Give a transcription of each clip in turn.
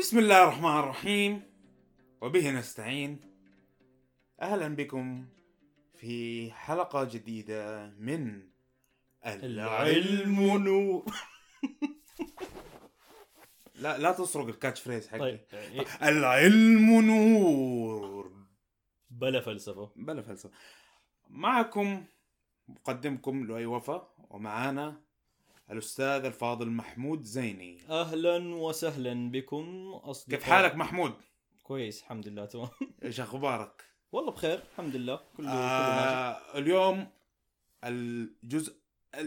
بسم الله الرحمن الرحيم وبه نستعين. أهلا بكم في حلقة جديدة من العلم نور. لا تسرق الكاتش فريز حقي. طيب العلم نور بلا فلسفة. بلا فلسفة. معكم مقدمكم لؤي وفا، ومعانا الأستاذ الفاضل محمود زيني. أهلا وسهلا بكم أصدقاء. كيف حالك محمود؟ كويس الحمد لله تمام. إيش أخبارك؟ والله بخير الحمد لله كله ماشي. اليوم الجزء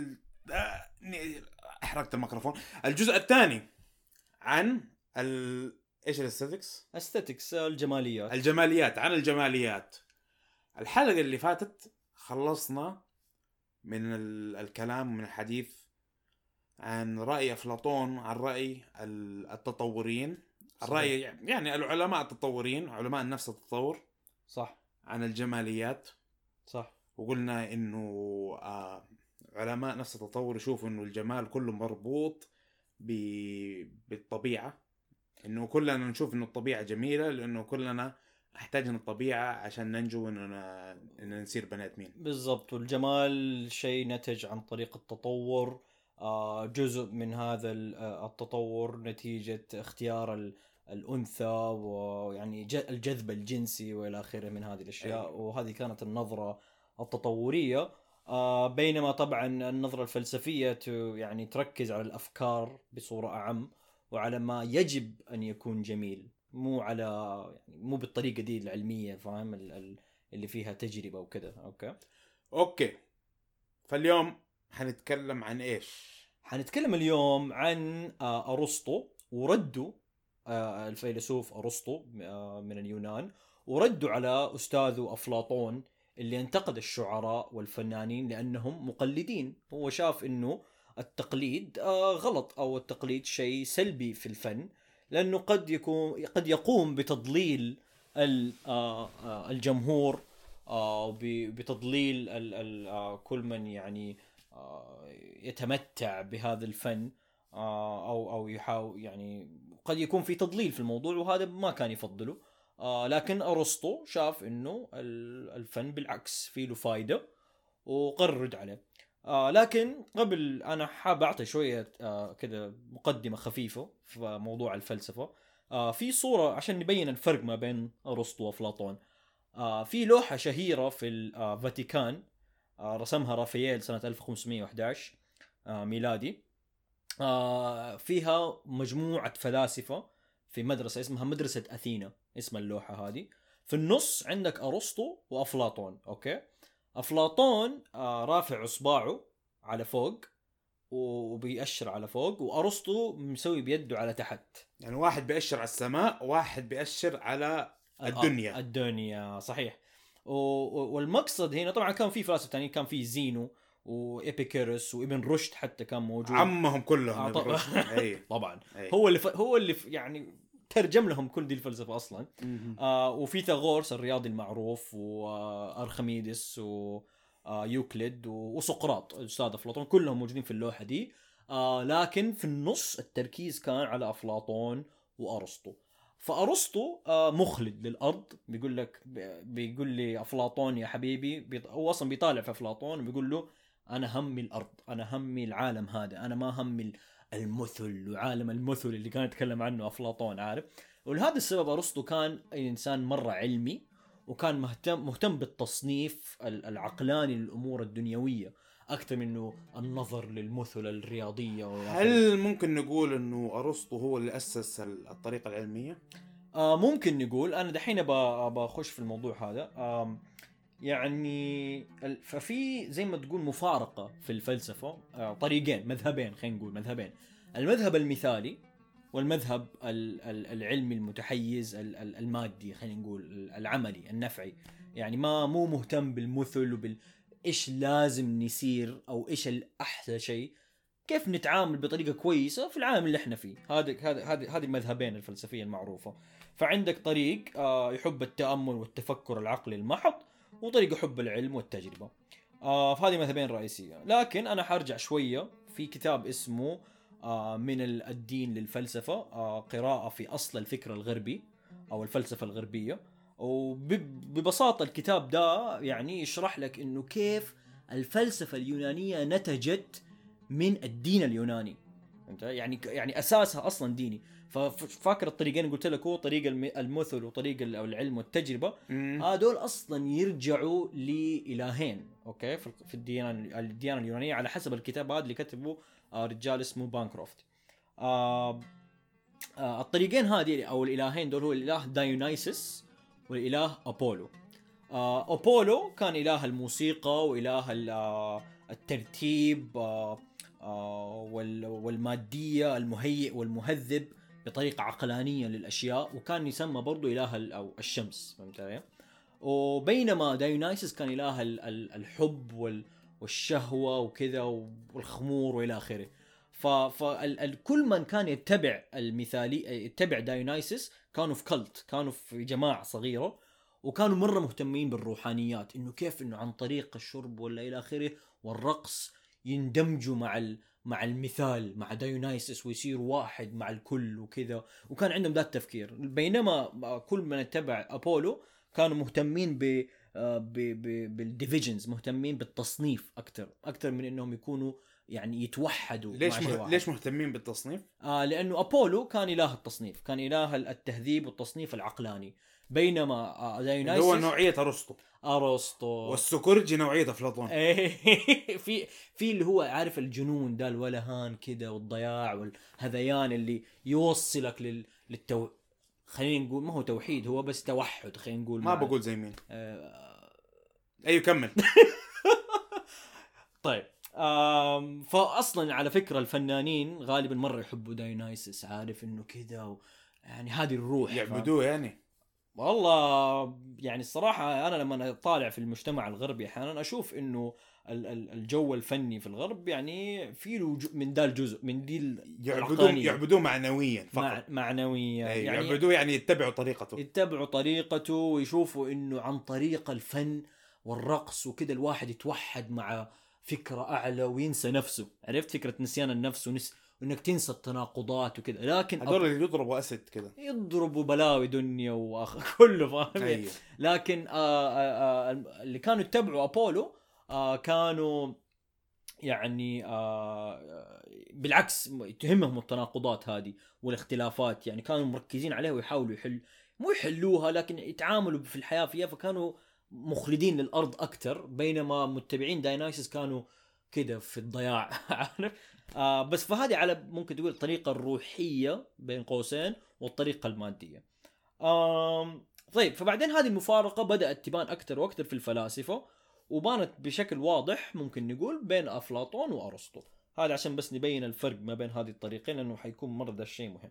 احرقت الميكروفون. الجزء الثاني عن ايش الاستاتيكس؟ أستاتيكس الجماليات. عن الجماليات. الحلقة اللي فاتت خلصنا من الكلام ومن الحديث عن رأي أفلاطون، عن رأي التطوريين، الرأي يعني العلماء التطوريين، علماء النفس التطور، صح، عن الجماليات. صح. وقلنا انه علماء نفس التطور يشوفوا انه الجمال كله مربوط بالطبيعة، انه كلنا نشوف انه الطبيعة جميلة لانه كلنا نحتاج الطبيعة عشان ننجو اننا نصير بني ادمين. بالضبط، والجمال شيء نتج عن طريق التطور. جزء من هذا التطور نتيجة اختيار الأنثى، ويعني الجذب الجنسي وإلى آخره من هذه الأشياء. وهذه كانت النظرة التطورية. بينما طبعا النظرة الفلسفية يعني تركز على الأفكار بصورة أعم، وعلى ما يجب أن يكون جميل، مو على يعني مو بالطريقة دي العلمية، فاهم، اللي فيها تجربة وكذا. اوكي، فاليوم حنتكلم عن ايش؟ حنتكلم اليوم عن أرسطو ورده. الفيلسوف أرسطو من اليونان، ورده على أستاذه أفلاطون اللي انتقد الشعراء والفنانين لأنهم مقلدين. هو شاف إنه التقليد غلط، أو التقليد شيء سلبي في الفن، لأنه قد يقوم بتضليل الجمهور، بتضليل كل من يعني يتمتع بهذا الفن، او يحاول، يعني قد يكون في تضليل في الموضوع، وهذا ما كان يفضله. لكن أرسطو شاف انه الفن بالعكس فيه له فايدة، وقرر يرد عليه. لكن قبل، انا حاب اعطي شوية كذا مقدمة خفيفة في موضوع الفلسفة. في صورة عشان نبين الفرق ما بين أرسطو وأفلاطون. في لوحة شهيرة في الفاتيكان، رسمها رافائيل سنة 1511 ميلادي. فيها مجموعة فلاسفة في مدرسة اسمها مدرسة أثينا، اسم اللوحة هذه. في النص عندك أرسطو وأفلاطون. أوكي، أفلاطون رافع إصبعه على فوق وبيأشر على فوق، وأرسطو مسوي بيده على تحت. يعني واحد بيأشر على السماء، واحد بيأشر على الدنيا. صحيح. والمقصد هنا طبعا كان في فلاسفة تانيين، كان في زينو وإبيكيروس وابن رشد حتى كان موجود، عمهم كلهم. طبعا. هو اللي يعني ترجم لهم كل دي الفلسفة أصلا. وفي ثاغورس الرياضي المعروف، وأرخميدس ويوكليد وسقراط الأستاذ أفلاطون، كلهم موجودين في اللوحة دي. لكن في النص التركيز كان على أفلاطون وأرسطو. فأرسطو مخلد للأرض، بيقول لي أفلاطون يا حبيبي، هو أصلا بيطالع في أفلاطون وبيقول له أنا همي الأرض، أنا همي العالم هذا، أنا ما همي المثل وعالم المثل اللي كان يتكلم عنه أفلاطون، عارف. ولهذا السبب أرسطو كان إنسان مرة علمي، وكان مهتم بالتصنيف العقلاني للأمور الدنيوية أكثر منه النظر للمثل الرياضية. هل ممكن نقول إنه أرسطو هو اللي أسس الطريقة العلمية؟ ممكن نقول. أنا دحين بخش في الموضوع هذا. يعني ففي زي ما تقول مفارقة في الفلسفة، طريقين، مذهبين، خلينا نقول مذهبين: المذهب المثالي والمذهب العلمي المتحيز المادي، خلينا نقول العملي النفعي. يعني مو مهتم بالمثل إيش لازم نسير أو إيش الأحسن شيء، كيف نتعامل بطريقة كويسة في العالم اللي احنا فيه. هذه المذهبين الفلسفية المعروفة. فعندك طريق يحب التأمل والتفكر العقلي المحض، وطريق يحب العلم والتجربة. فهذه مذهبين رئيسية. لكن أنا حرجع شوية في كتاب اسمه من الدين للفلسفة، قراءة في أصل الفكر الغربي أو الفلسفة الغربية. وببساطة الكتاب ده يعني يشرح لك إنه كيف الفلسفة اليونانية نتجت من الدين اليوناني. يعني أساسها أصلا ديني. ففاكر الطريقين قلت لك، هو طريق المثل وطريق العلم والتجربة، هذول أصلا يرجعوا لإلهين أوكي في الديانة اليونانية على حسب الكتاب هذا اللي كتبه رجال اسمه بانكروفت. الطريقين هذه أو الإلهين دول هو الإله دايونايسس والإله أبولو. أبولو كان إله الموسيقى وإله الترتيب والمادية، المهيئ والمهذب بطريقة عقلانية للأشياء، وكان يسمى برضو إله أو الشمس، فهمت علي؟ وبينما دايونايسس كان إله الحب والشهوة وكذا والخمور وإلى آخره. فكل من كان يتبع المثالي يتبع دايونايسس كانوا في كلت، كانوا في جماعة صغيرة، وكانوا مرة مهتمين بالروحانيات، إنه كيف إنه عن طريق الشرب ولا إلى آخره والرقص يندمجوا مع المثال مع دايونايسس ويصير واحد مع الكل وكذا. وكان عندهم ذات التفكير. بينما كل من اتبع أبولو كانوا مهتمين بالديفيجنز، مهتمين بالتصنيف أكثر من إنهم يكونوا يعني يتوحدوا. ليش مهتمين بالتصنيف؟ لأنه أبولو كان إله التصنيف، كان إله التهذيب والتصنيف العقلاني، بينما دايونايسس هو نوعية أرسطو والسكرجي نوعية أفلاطون. في اللي هو عارف الجنون ده، الولهان كده والضياع والهذيان اللي يوصلك خلينا نقول ما هو توحيد، هو بس توحد، خلينا نقول. ما بقول زي مين. أيوة كمل. طيب فأصلا على فكرة الفنانين غالبا مرة يحبوا دايونايسس، عارف إنه كده يعني هذه الروح يعبدوه يعني. والله يعني الصراحة أنا لما أطالع في المجتمع الغربي أحيانا أشوف إنه الجو الفني في الغرب يعني في من ده الجزء من دي يعبدوه معنويا فقط. معنويا يعني يعبدوه يعني يتبعوا طريقته ويشوفوا إنه عن طريق الفن والرقص وكده الواحد يتوحد مع فكرة أعلى وينسى نفسه. عرفت فكرة نسيان النفس وإنك تنسى التناقضات وكده. لكن هذول اللي يضربوا أسد كده، يضربوا بلاوي دنيا كله فاهم. أيوه. لكن اللي كانوا يتبعوا أبولو كانوا يعني بالعكس تهمهم التناقضات هذه والاختلافات، يعني كانوا مركزين عليها ويحاولوا مو يحلوها لكن يتعاملوا في الحياة فيها، فكانوا مخلدين للأرض أكتر. بينما متبعين دايونايسس كانوا كده في الضياع. عارف بس فهذه على ممكن تقول الطريقة الروحية بين قوسين والطريقة المادية. طيب فبعدين هذه المفارقة بدأت تبان أكتر وأكتر في الفلاسفة، وبانت بشكل واضح ممكن نقول بين أفلاطون وأرسطو. هذا عشان بس نبين الفرق ما بين هذه الطريقين لأنه حيكون مرة ده الشيء مهم.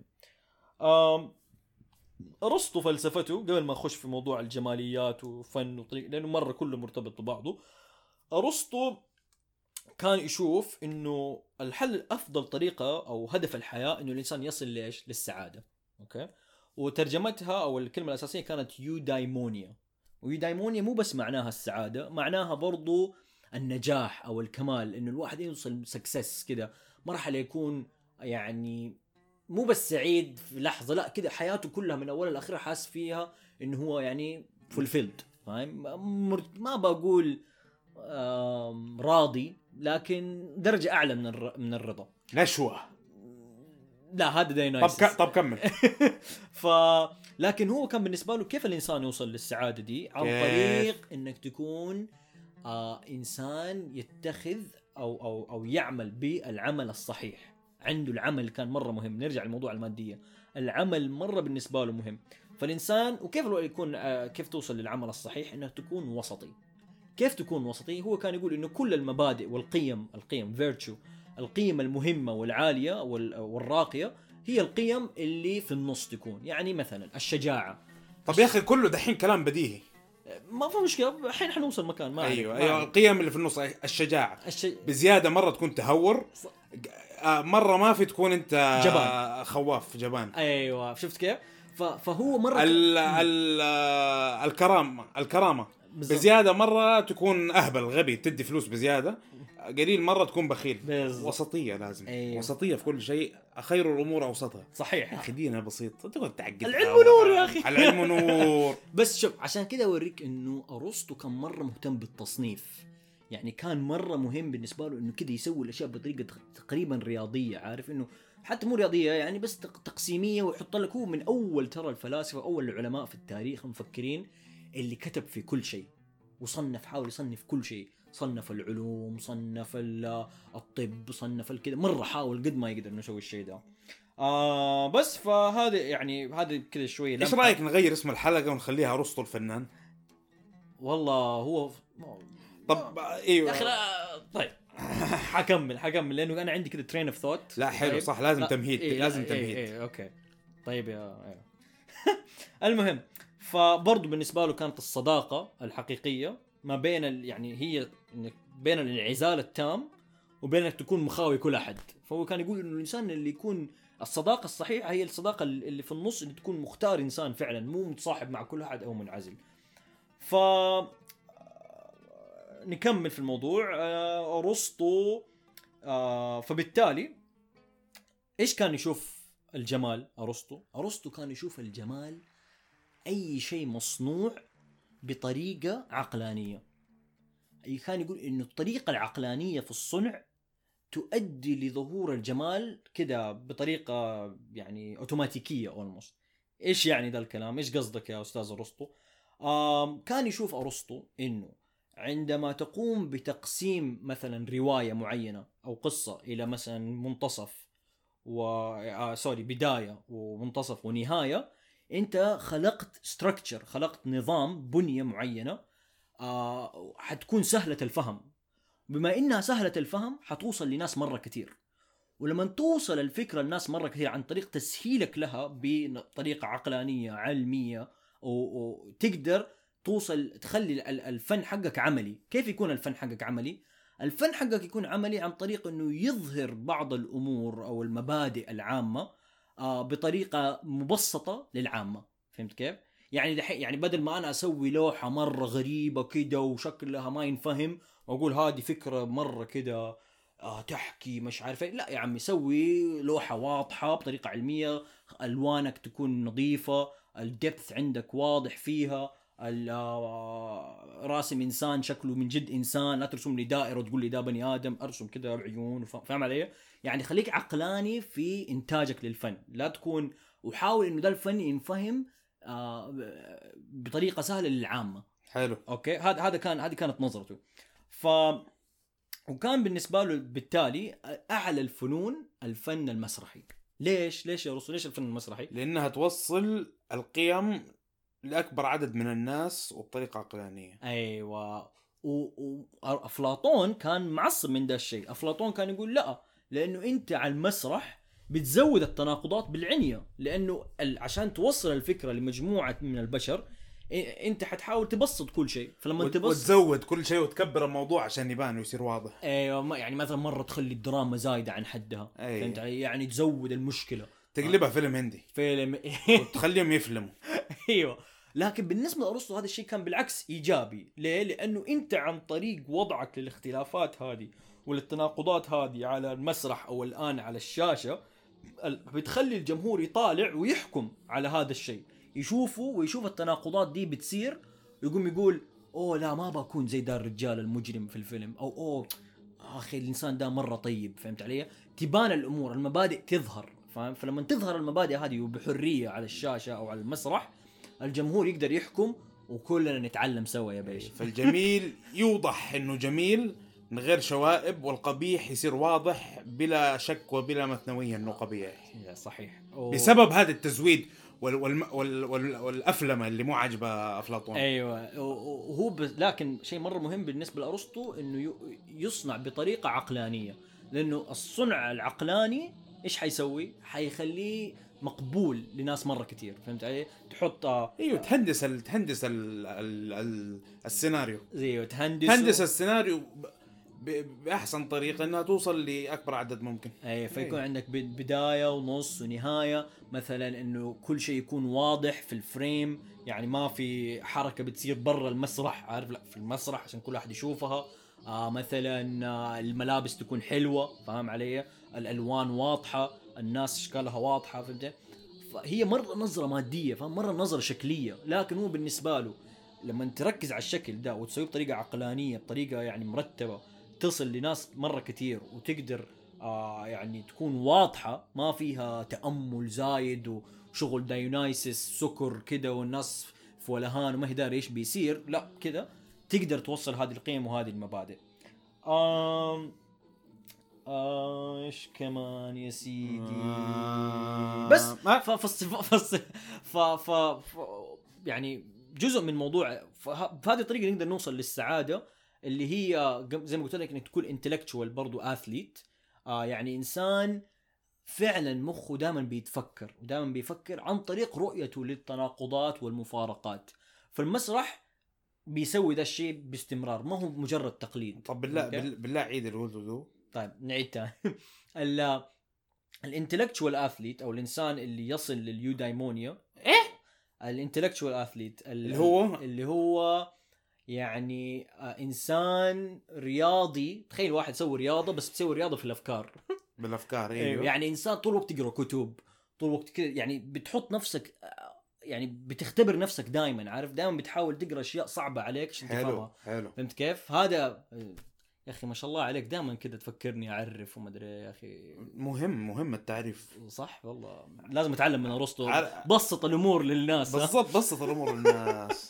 أرسطو فلسفته قبل ما أخش في موضوع الجماليات وفن وطريق لأنه مرة كله مرتبط ببعضه. أرسطو كان يشوف إنه الحل أفضل طريقة أو هدف الحياة إنه الإنسان يصل ليش للسعادة. أوكي. وترجمتها أو الكلمة الأساسية كانت يودايمونيا. ويودايمونيا مو بس معناها السعادة، معناها برضو النجاح أو الكمال، إنه الواحد يوصل سكسس كده مرحلة يكون يعني مو بس سعيد في لحظة، لا كده حياته كلها من أولها لآخرها حاس فيها إنه هو يعني fulfilled. فاهم؟ ما بقول راضي، لكن درجة أعلى من الرضا. نشوة. لا هذا دايونايسس. طب كمل. لكن هو كان بالنسبة له كيف الإنسان يوصل للسعادة دي؟ عن طريق إنك تكون إنسان يتخذ أو يعمل بالعمل الصحيح. عنده العمل كان مرة مهم. نرجع للموضوع المادية، العمل مرة بالنسبة له مهم. فالإنسان وكيف يكون كيف توصل للعمل الصحيح؟ إنك تكون وسطي. كيف تكون وسطي؟ هو كان يقول إنه كل المبادئ والقيم virtue، القيم المهمة والعالية والراقية هي القيم اللي في النص تكون. يعني مثلا الشجاعة. طب يا أخي كله دحين كلام بديهي، ما في مشكلة، الحين حنوصل مكان ما أيوة القيم اللي في النص. الشجاعة بزيادة، مرة تكون تهور، مرة ما في تكون أنت جبان، خواف جبان. أيوة شفت كيف؟ فهو مرة الكرامة بزياده مره تكون اهبل غبي تدي فلوس بزياده، قليل مره تكون بخيل. وسطيه لازم. أيوه. وسطيه في كل شيء، خير الامور اوسطها. صحيح يا اخي دينا بسيط، تقعد تعقد. العلم نور يا اخي. العلم نور. بس شوف عشان كذا اوريك انه ارسطو كان مره مهتم بالتصنيف، يعني كان مره مهم بالنسبه له انه كذا يسوي الاشياء بطريقه تقريبا رياضيه، عارف انه حتى مو رياضيه يعني بس تقسيميه، ويحط لك هو من اول ترى الفلاسفه اول العلماء في التاريخ المفكرين اللي كتب في كل شيء وصنف، حاول يصنف كل شيء، صنف العلوم، صنف الطب، صنف الكذا، مره حاول قد ما يقدر انه يسوي الشيء ده. بس فهذا يعني هذا كذا شويه. ايش رايك نغير اسم الحلقه ونخليها ارسطو الفنان؟ والله هو طب ايوه يا اخي طيب حكمل لانه انا عندي كذا ترين اوف ثوت. لا حلو. طيب. صح لازم تمهيد. لازم تمهيد. اوكي طيب يا المهم فبرضه بالنسبه له كانت الصداقه الحقيقيه ما بين يعني هي انك بين الانعزال التام وبين انك تكون مخاوي كل احد. فهو كان يقول انه الانسان اللي يكون الصداقه الصحيحه هي الصداقه اللي في النص، اللي تكون مختار انسان فعلا، مو متصاحب مع كل احد او منعزل. ف نكمل في الموضوع. ارسطو فبالتالي ايش كان يشوف الجمال؟ ارسطو كان يشوف الجمال اي شيء مصنوع بطريقه عقلانيه. كان يقول انه الطريقه العقلانيه في الصنع تؤدي لظهور الجمال كده بطريقه يعني اوتوماتيكيه اولموست. ايش يعني ذا الكلام؟ ايش قصدك يا استاذ ارسطو؟ كان يشوف ارسطو انه عندما تقوم بتقسيم مثلا روايه معينه او قصه الى مثلا منتصف بدايه ومنتصف ونهايه، انت خلقت ستراكتشر، خلقت نظام، بنيه معينه حتكون سهله الفهم. بما انها سهله الفهم حتوصل لناس مره كتير، ولما توصل الفكره لناس مره كثير عن طريق تسهيلك لها بطريقه عقلانيه علميه، وتقدر توصل تخلي الفن حقك عملي. كيف يكون الفن حقك عملي؟ الفن حقك يكون عملي عن طريق انه يظهر بعض الامور او المبادئ العامه بطريقه مبسطه للعامه. فهمت كيف؟ يعني بدل ما انا اسوي لوحه مره غريبه كده وشكلها ما ينفهم واقول هذه فكره مره كده تحكي مش عارف ايه، لا يا عمي سوي لوحه واضحه بطريقه علميه، الوانك تكون نظيفه، الدبث عندك واضح فيها، راسم انسان شكله من جد انسان، لا ترسم لي دائره وتقول لي ده بني ادم، ارسم كده العيون. فاهم علي؟ يعني خليك عقلاني في انتاجك للفن، لا تكون وحاول انه ده الفن ينفهم بطريقه سهله للعامه. حلو. اوكي هذه كانت نظرته. وكان بالنسبه له بالتالي اعلى الفنون الفن المسرحي. ليش يا رسول؟ ليش الفن المسرحي؟ لانها توصل القيم لاكبر عدد من الناس وبطريقه عقلانيه. ايوه. وافلاطون كان معصب من ده الشيء. افلاطون كان يقول لا، لانه انت على المسرح بتزود التناقضات بالعنيه، لانه عشان توصل الفكره لمجموعه من البشر انت حتحاول تبسط كل شيء، فلما وتزود كل شيء وتكبر الموضوع عشان يبان ويصير واضح. ايوه يعني مثلا مره تخلي الدراما زايده عن حدها. أيوة. فهمت علي؟ يعني تزود المشكله، تقلبها فيلم هندي وتخليهم يفلموا. ايوه. لكن بالنسبه لارسطو هذا الشيء كان بالعكس ايجابي. ليه؟ لانه انت عن طريق وضعك للاختلافات هذه وللتناقضات هذه على المسرح او الان على الشاشه بتخلي الجمهور يطالع ويحكم على هذا الشيء، ويشوف التناقضات دي بتصير، يقوم يقول اوه لا ما بكون زي ده الرجال المجرم في الفيلم، او اوه اخي الانسان ده مره طيب. فهمت علي؟ تبان الامور، المبادئ تظهر. فاهم؟ فلما تظهر المبادئ هذه وبحريه على الشاشه او على المسرح، الجمهور يقدر يحكم وكلنا نتعلم سوا يا باشا. فالجميل يوضح انه جميل من غير شوائب، والقبيح يصير واضح بلا شك وبلا مثنوية انه قبيح. صحيح. بسبب هذا التزويد والأفلمة اللي مو عاجبة أفلاطون. ايوه. وهو لكن شيء مرة مهم بالنسبة لأرسطو انه يصنع بطريقة عقلانية، لانه الصنع العقلاني ايش حيسوي؟ حيخليه مقبول لناس مرة كتير. فهمت علي؟ تحط ايوه تهندس السيناريو. ايوه تهندس السيناريو باحسن طريقه انها توصل لاكبر عدد ممكن. اي فيكون عندك بدايه ونص ونهايه، مثلا انه كل شيء يكون واضح في الفريم، يعني ما في حركه بتصير برا المسرح، عارف، لا في المسرح عشان كل واحد يشوفها. مثلا الملابس تكون حلوه، فاهم علي، الالوان واضحه، الناس اشكالها واضحه، فهمت؟ فهي مره نظره ماديه، فاهم، مره نظره شكليه، لكن هو بالنسبه له لما تركز على الشكل ده وتسويه بطريقه عقلانيه، بطريقه يعني مرتبه، تصل لناس مره كتير، وتقدر يعني تكون واضحه، ما فيها تامل زايد وشغل دايونايسس سكر كده والناس في ولهان وما هي داري ايش بيصير، لا كده تقدر توصل هذه القيم وهذه المبادئ. ايش كمان يا سيدي؟ بس يعني جزء من موضوع بهذه الطريقه نقدر نوصل للسعاده، اللي هي زي ما قلت لك انك تكون انتلكتشوال برضو اثليت، يعني انسان فعلا مخه دائما بيتفكر ودائما بيفكر عن طريق رؤيته للتناقضات والمفارقات. فالمسرح بيسوي ده الشيء باستمرار، ما هو مجرد تقليد. طب بالله عيد اللي قلته. طيب نعيد تاني. الانتلكتشوال اثليت او الانسان اللي يصل لليودايمونيا، الانتلكتشوال اثليت اللي هو يعني انسان رياضي. تخيل واحد يسوي رياضه، بس بيسوي رياضه في الافكار. بالافكار، ايوه. يعني انسان طول الوقت تقرا كتب، طول الوقت كده، يعني بتحط نفسك، يعني بتختبر نفسك دائما، عارف، دائما بتحاول تقرا اشياء صعبه عليك عشان تفهمها. حلو. فهمت كيف؟ هذا يا اخي ما شاء الله عليك، دائما كده تفكرني اعرف وما ادري يا اخي. مهم التعريف. صح والله، لازم اتعلم من ارسطو. بسط الامور للناس. بالضبط، بسط الامور للناس.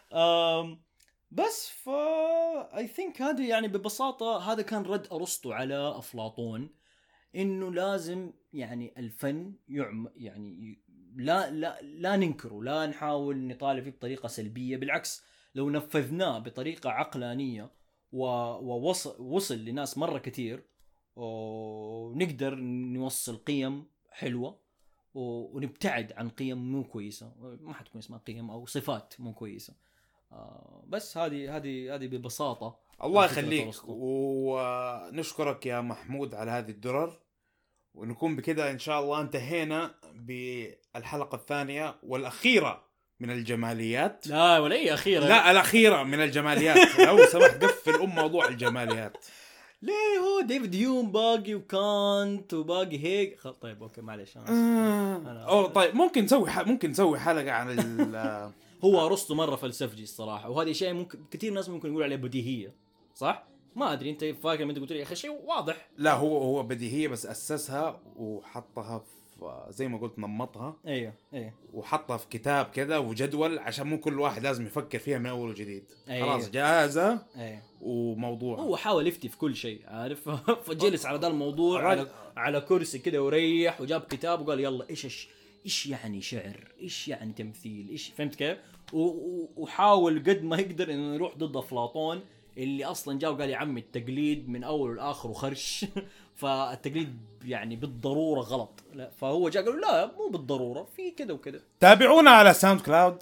بس اي ثينك هذه يعني ببساطه هذا كان رد ارسطو على افلاطون، انه لازم يعني الفن يعني لا ننكره، لا نحاول نطالب فيه بطريقه سلبيه، بالعكس لو نفذناه بطريقه عقلانيه ووصل لناس مره كتير، ونقدر نوصل قيم حلوه ونبتعد عن قيم مو كويسه، ما حتكون اسمها قيم او صفات مو كويسه. بس هذه ببساطه. الله يخليك، ونشكرك يا محمود على هذه الدرر، ونكون بكده ان شاء الله انتهينا بالحلقه الثانيه والاخيره من الجماليات. لا ولا اي اخيره، لا الاخيره من الجماليات. لو سمحت قفل موضوع الجماليات. ليه هو ديفيد هيوم باقي وكانت وباقي هيك. طيب اوكي معلش انا طيب ممكن نسوي حلقه عن هو ارسطو مره فلسفجي الصراحه، وهذا شيء ممكن كثير ناس ممكن يقول عليه بديهيه، صح؟ ما ادري انت فاكر لما انت قلت لي يا اخي شيء واضح. لا هو بديهيه، بس اسسها وحطها في زي ما قلت نمطها. ايوه وحطها في كتاب كذا وجدول، عشان مو كل واحد لازم يفكر فيها من اول وجديد. أيوه. خلاص جاهزه. وموضوع هو حاول يفتي في كل شيء، عارف. فجلس على ذا الموضوع على كرسي كده وريح، وجاب كتاب وقال يلا ايش يعني شعر، ايش يعني تمثيل، ايش، فهمت كيف؟ وحاول قد ما يقدر انه يروح ضد افلاطون اللي اصلا جاء وقال يا عمي التقليد من اول والاخر وخرش. فالتقليد يعني بالضروره غلط، لا، فهو جاء قال لا مو بالضروره، في كده وكده. تابعونا على ساوند كلاود.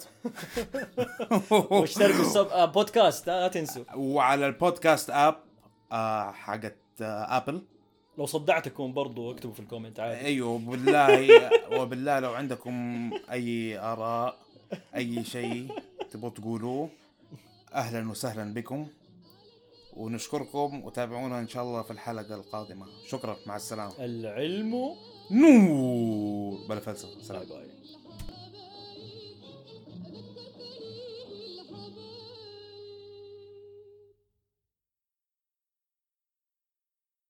واشتركوا بودكاست، لا تنسوا، وعلى البودكاست اب حقت ابل. لو صدعتكم برضو اكتبوا في الكومنت عادي. ايوه وبالله لو عندكم اي اراء، اي شيء تبغوا تقولوه، اهلا وسهلا بكم، ونشكركم، وتابعونا ان شاء الله في الحلقه القادمه. شكرا، مع السلامه. العلم نور بلا فلسفه. سلام. باي.